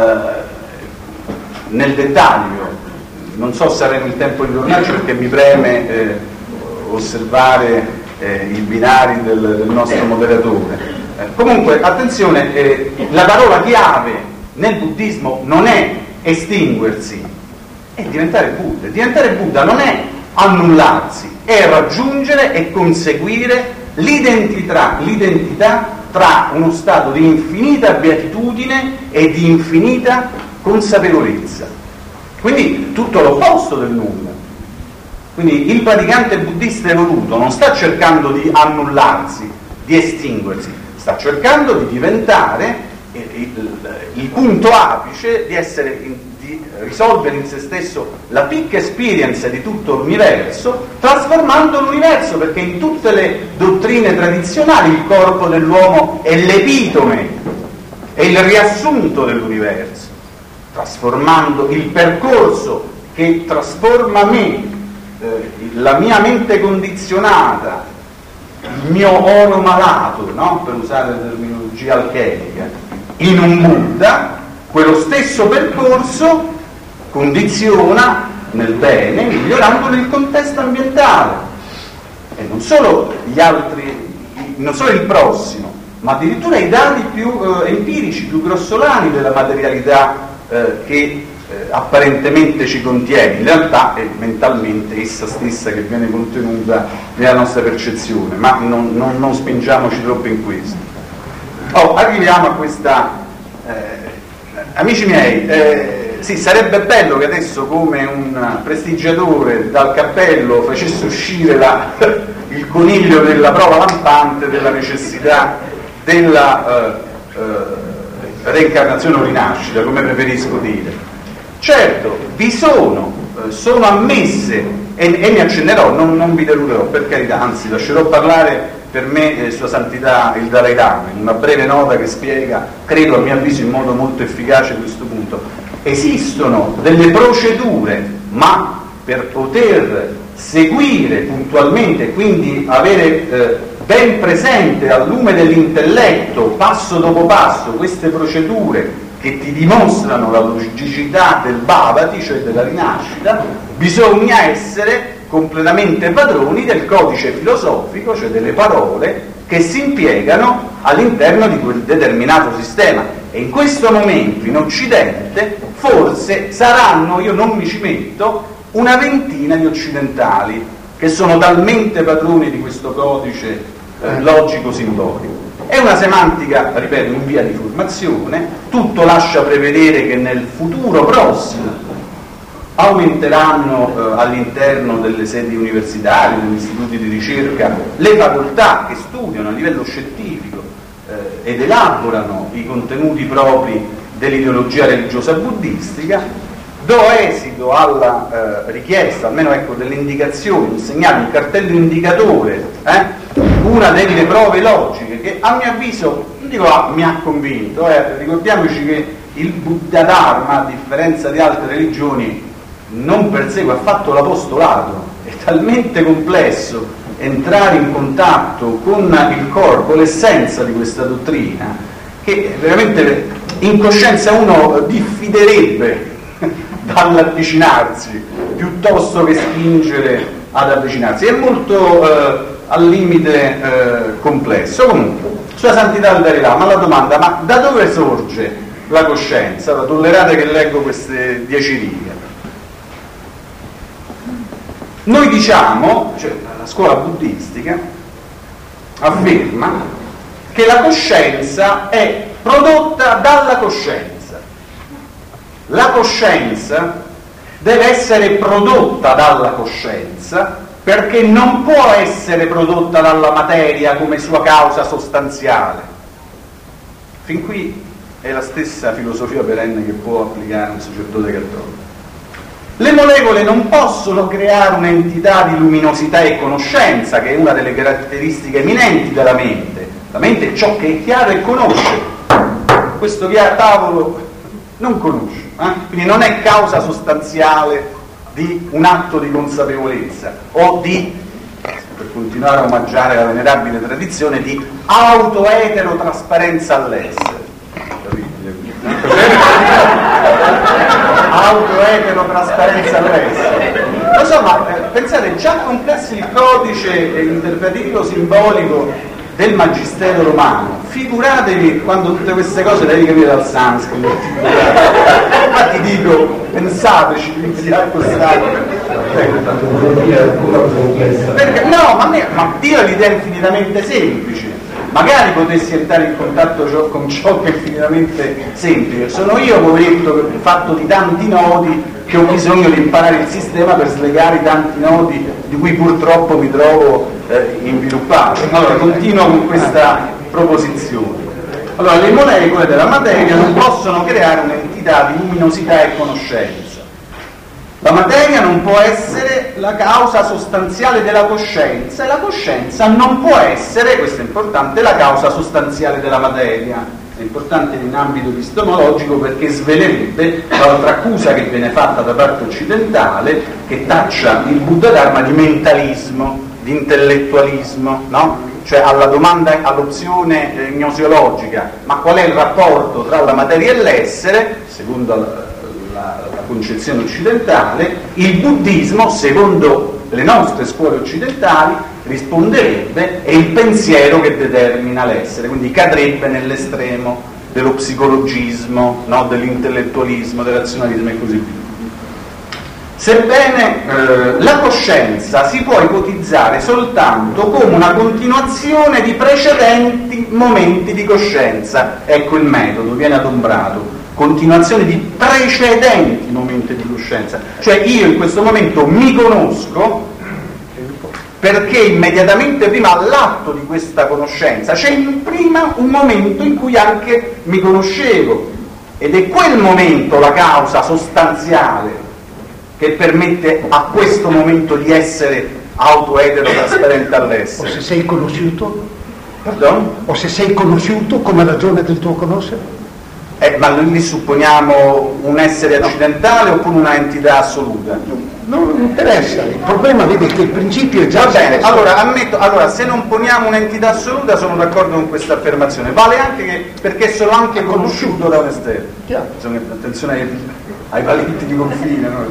nel dettaglio. Non so se avremo il tempo di tornarci perché mi preme osservare i binari del nostro moderatore. Comunque, attenzione, la parola chiave nel buddismo non è estinguersi, è diventare Buddha. Diventare Buddha non è annullarsi, è raggiungere e conseguire l'identità tra uno stato di infinita beatitudine e di infinita consapevolezza. Quindi tutto l'opposto del nulla. Quindi il praticante buddista evoluto non sta cercando di annullarsi, di estinguersi, sta cercando di diventare il punto apice, di risolvere in se stesso la peak experience di tutto l'universo, trasformando l'universo, perché in tutte le dottrine tradizionali il corpo dell'uomo è l'epitome, è il riassunto dell'universo, trasformando il percorso che trasforma me, la mia mente condizionata, il mio oro malato, no? Per usare la terminologia alchemica, in un Buddha. Quello stesso percorso condiziona nel bene, migliorando il contesto ambientale, e non solo gli altri, non solo il prossimo, ma addirittura i dati più empirici, più grossolani della materialità che apparentemente ci contiene. In realtà è mentalmente essa stessa che viene contenuta nella nostra percezione, ma non spingiamoci troppo in questo. Arriviamo a questa amici miei, sì, sarebbe bello che adesso, come un prestigiatore dal cappello, facesse uscire il coniglio della prova lampante della necessità della reincarnazione o rinascita, come preferisco dire. Certo, vi sono ammesse, e ne accennerò, non vi deluderò, per carità, anzi lascerò parlare per me Sua Santità il Dalai Lama, in una breve nota che spiega, credo a mio avviso in modo molto efficace questo punto. Esistono delle procedure, ma per poter seguire puntualmente e quindi avere ben presente al lume dell'intelletto, passo dopo passo, queste procedure che ti dimostrano la logicità del Bhavati, cioè della rinascita, bisogna essere completamente padroni del codice filosofico, cioè delle parole che si impiegano all'interno di quel determinato sistema. E in questo momento in Occidente forse saranno, io non mi ci metto, una ventina di occidentali che sono talmente padroni di questo codice logico-simbolico. È una semantica, ripeto, in via di formazione, tutto lascia prevedere che nel futuro prossimo aumenteranno all'interno delle sedi universitarie, degli istituti di ricerca, le facoltà che studiano a livello scientifico ed elaborano i contenuti propri dell'ideologia religiosa buddistica. Do esito alla richiesta, almeno ecco, delle indicazioni, un segnale, un cartello indicatore, una delle prove logiche che a mio avviso, non dico mi ha convinto, ricordiamoci che il Buddha Dharma, a differenza di altre religioni, non persegue affatto l'apostolato, è talmente complesso entrare in contatto con il corpo, l'essenza di questa dottrina, che veramente in coscienza uno diffiderebbe dall'avvicinarsi piuttosto che spingere ad avvicinarsi. È molto al limite complesso. Comunque, Sua Santità il Dalai Lama, la domanda: ma da dove sorge la coscienza? Allora, tollerate che leggo queste 10 righe. Noi diciamo, cioè la scuola buddistica afferma che la coscienza è prodotta dalla coscienza. La coscienza deve essere prodotta dalla coscienza perché non può essere prodotta dalla materia come sua causa sostanziale. Fin qui è la stessa filosofia perenne che può applicare un sacerdote cattolico. Le molecole non possono creare un'entità di luminosità e conoscenza, che è una delle caratteristiche eminenti della mente. La mente è ciò che è chiaro e conosce. Questo tavolo non conosce, quindi non è causa sostanziale di un atto di consapevolezza o di, per continuare a omaggiare la venerabile tradizione, di auto-etero-trasparenza all'essere. Auto-etero-trasparenza all'essere. Lo so, ma pensate, già complesso il codice interpretativo simbolico del Magistero romano, figuratevi quando tutte queste cose le devi capire dal sanscrito. Infatti dico, pensateci di iniziare perché no, ma Dio l'idea è infinitamente semplice. Magari potessi entrare in contatto con ciò che è infinitamente semplice. Sono io, poveretto, fatto di tanti nodi, che ho bisogno di imparare il sistema per slegare i tanti nodi di cui purtroppo mi trovo inviluppato. Allora, continuo con questa proposizione. Allora, le molecole della materia non possono creare un'entità di luminosità e conoscenza. La materia non può essere la causa sostanziale della coscienza e la coscienza non può essere, questo è importante, la causa sostanziale della materia. È importante in ambito epistemologico perché svelerebbe l'altra accusa che viene fatta da parte occidentale, che taccia il Buddha Dharma di mentalismo, di intellettualismo, no? Cioè alla domanda, all'opzione gnosiologica, ma qual è il rapporto tra la materia e l'essere, secondo la concezione occidentale, il buddismo, secondo le nostre scuole occidentali, risponderebbe è il pensiero che determina l'essere, quindi cadrebbe nell'estremo dello psicologismo, no? Dell'intellettualismo, del razionalismo e così via. Sebbene la coscienza si può ipotizzare soltanto come una continuazione di precedenti momenti di coscienza, ecco il metodo, viene adombrato, continuazione di precedenti momenti di coscienza, cioè io in questo momento mi conosco perché immediatamente prima all'atto di questa conoscenza c'è prima un momento in cui anche mi conoscevo, ed è quel momento la causa sostanziale che permette a questo momento di essere auto-etero trasparente all'essere. O se sei conosciuto? Pardon? O se sei conosciuto come ragione del tuo conoscere? Ma lì supponiamo un essere accidentale oppure una entità assoluta? Non interessa, il problema vedi che il principio è già... Va bene, allora ammetto, se non poniamo un'entità assoluta sono d'accordo con questa affermazione, vale anche perché sono anche conosciuto da un esterno. Insomma, attenzione ai paletti di confine, no?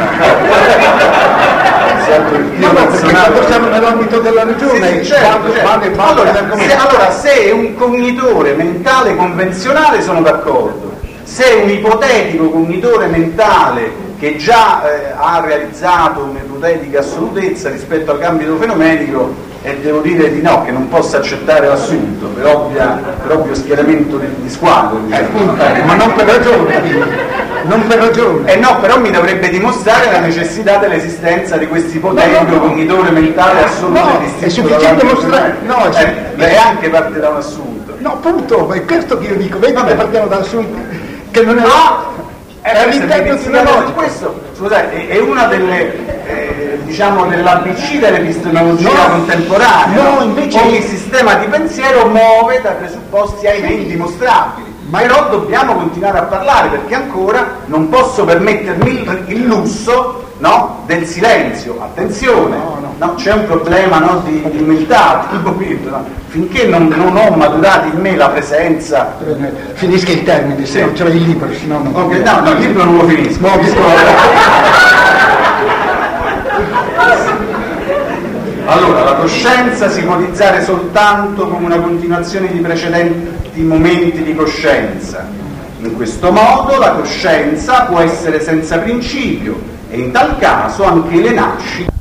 perché quando siamo nell'ambito della regione certo. Allora, se è un cognitore mentale convenzionale sono d'accordo, se è un ipotetico cognitore mentale che già ha realizzato un'ipotetica assolutezza rispetto al cambio fenomenico, e devo dire di no, che non posso accettare l'assunto per ovvio schieramento di squadro, diciamo. Ma non per ragione. Non per ragione. No, però mi dovrebbe dimostrare la necessità dell'esistenza di questo ipotetico cognitore mentale assoluto e distinto. È sufficiente mostrare. È anche parte da un assunto. No, appunto, è questo che io dico, vedi che partiamo da assunti che non è all'interno di una logica. Questo, scusate, è una delle dell'ABC dell'epistemologia contemporanea. Invece ogni sistema di pensiero muove da presupposti ahimè indimostrabili. Però dobbiamo continuare a parlare, perché ancora non posso permettermi il lusso, no, del silenzio. Attenzione, no, c'è un problema, no, di umiltà, no? Finché non ho maturato in me la presenza. Finisca il termine, se non c'è il libro, se no non. Okay, no, il libro non lo finisco. Allora, la coscienza si può ipotizzare soltanto come una continuazione di precedenti momenti di coscienza. In questo modo la coscienza può essere senza principio e in tal caso anche le nascite